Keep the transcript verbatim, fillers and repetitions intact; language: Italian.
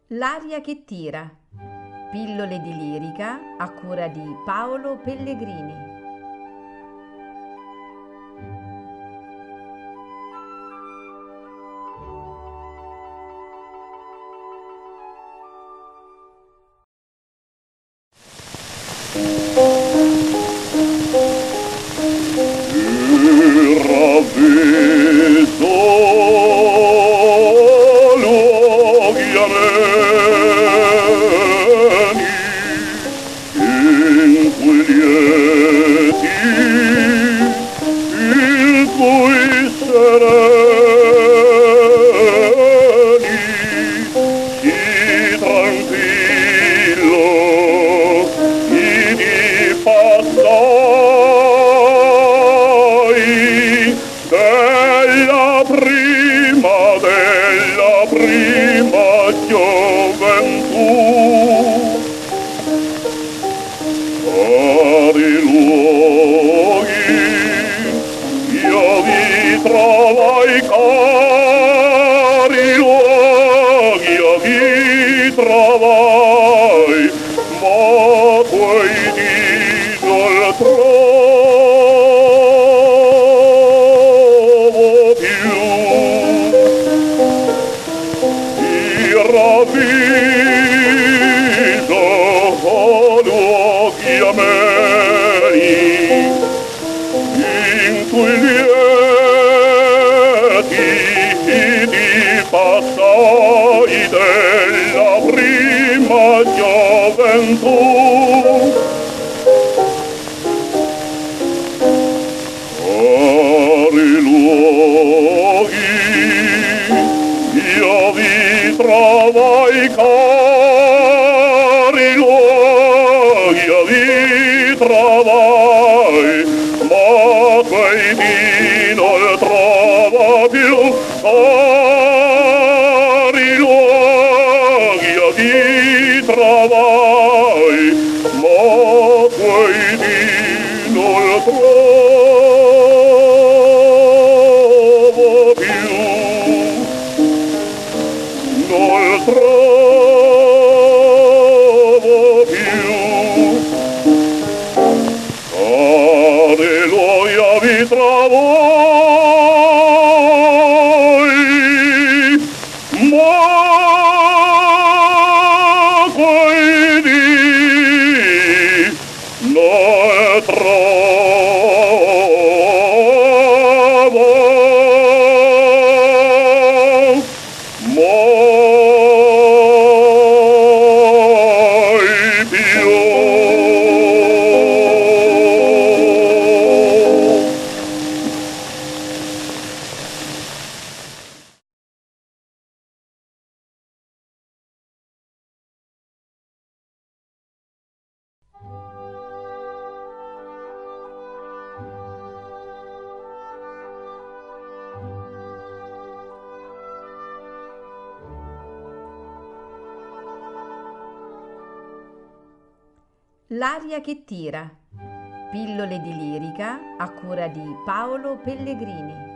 L'aria che tira. Pillole di lirica a cura di Paolo Pellegrini. Ravviso luoghi ameni, inquieti il cui sereni, si tranquillo idi passai della prima, della prima gioventù. Cari luoghi, io vi trovai, cari luoghi, io vi trovai, ma quei di non trovo più. Il ravviso luoghi ameni, in cui lieti di passai della prima gioventù. Cari luoghi, io vi trovai, cari luoghi, io vi trovai, ma quei di non trovo più. Cari luoghi, io vi trovai, ma quei di non trovo più. Non trovo più. Cari luoghi, vi trovai, ma quei di non trovo mai più. L'aria che tira. Pillole di lirica a cura di Paolo Pellegrini.